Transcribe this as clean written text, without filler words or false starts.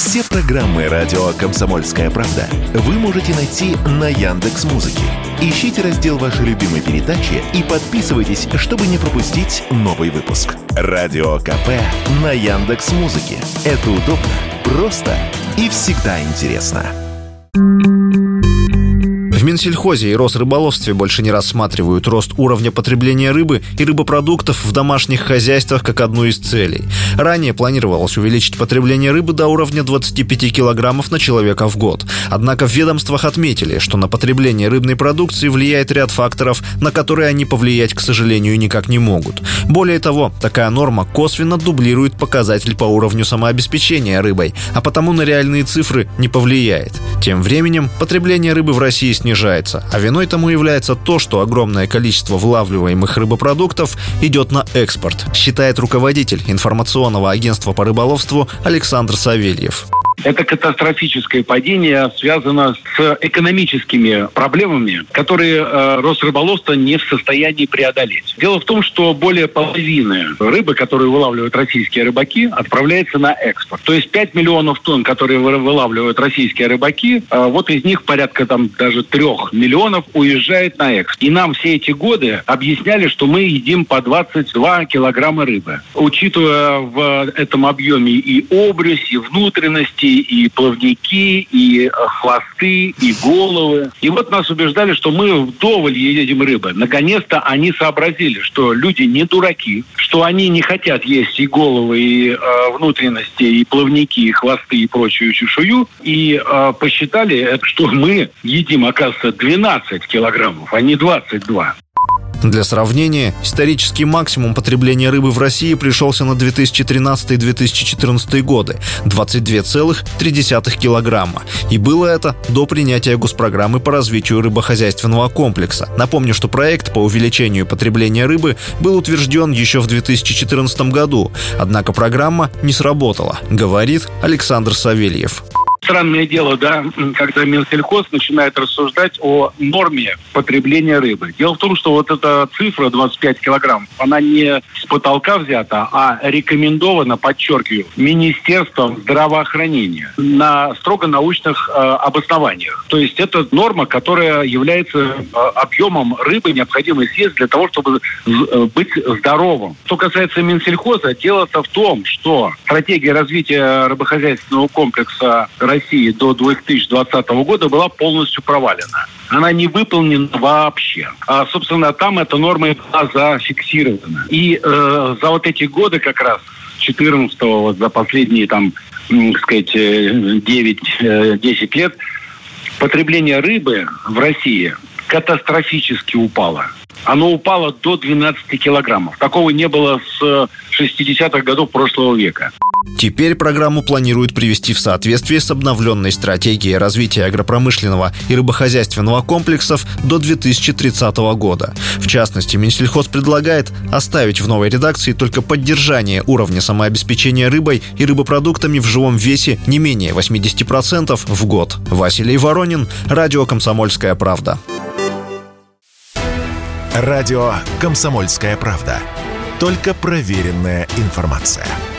Все программы радио «Комсомольская правда» вы можете найти на Яндекс.Музыке. Ищите раздел вашей любимой передачи и подписывайтесь, чтобы не пропустить новый выпуск. Радио КП на Яндекс.Музыке. Это удобно, просто и всегда интересно. В Минсельхозе и Росрыболовстве больше не рассматривают рост уровня потребления рыбы и рыбопродуктов в домашних хозяйствах как одну из целей. Ранее планировалось увеличить потребление рыбы до уровня 25 килограммов на человека в год. Однако в ведомствах отметили, что на потребление рыбной продукции влияет ряд факторов, на которые они повлиять, к сожалению, никак не могут. Более того, такая норма косвенно дублирует показатель по уровню самообеспечения рыбой, а потому на реальные цифры не повлияет. Тем временем потребление рыбы в России снижается, а виной тому является то, что огромное количество вылавливаемых рыбопродуктов идет на экспорт, считает руководитель информационного агентства по рыболовству Александр Савельев. Это катастрофическое падение связано с экономическими проблемами, которые Росрыболовство не в состоянии преодолеть. Дело в том, что более половины рыбы, которую вылавливают российские рыбаки, отправляется на экспорт. То есть 5 миллионов тонн, которые вылавливают российские рыбаки, вот из них порядка даже 3 миллионов уезжает на экспорт. И нам все эти годы объясняли, что мы едим по 22 килограмма рыбы. Учитывая в этом объеме и обрюзь, и внутренности, и плавники, и хвосты, и головы. И вот нас убеждали, что мы вдоволь едим рыбы. Наконец-то они сообразили, что люди не дураки, что они не хотят есть и головы, и внутренности, и плавники, и хвосты, и прочую чешую. И посчитали, что мы едим, оказывается, 12 килограммов, а не 22. Для сравнения, исторический максимум потребления рыбы в России пришелся на 2013-2014 годы – 22,3 килограмма. И было это до принятия госпрограммы по развитию рыбохозяйственного комплекса. Напомню, что проект по увеличению потребления рыбы был утвержден еще в 2014 году. Однако программа не сработала, говорит Александр Савельев. Странное дело, да, когда Минсельхоз начинает рассуждать о норме потребления рыбы. Дело в том, что вот эта цифра 25 килограмм, она не с потолка взята, а рекомендована, подчеркиваю, Министерством здравоохранения на строго научных обоснованиях. То есть это норма, которая является объемом рыбы, необходимой съесть для того, чтобы быть здоровым. Что касается Минсельхоза, дело-то в том, что стратегия развития рыбохозяйственного комплекса России до 2020 года была полностью провалена. Она не выполнена вообще. А, собственно, там эта норма была зафиксирована. И за вот эти годы как раз, 14-го, вот за последние, 9-10 лет, потребление рыбы в России катастрофически упало. Оно упало до 12 килограммов. Такого не было с 60-х годов прошлого века. Теперь программу планируют привести в соответствие с обновленной стратегией развития агропромышленного и рыбохозяйственного комплексов до 2030 года. В частности, Минсельхоз предлагает оставить в новой редакции только поддержание уровня самообеспечения рыбой и рыбопродуктами в живом весе не менее 80% в год. Василий Воронин, радио «Комсомольская правда». Радио «Комсомольская правда». Только проверенная информация.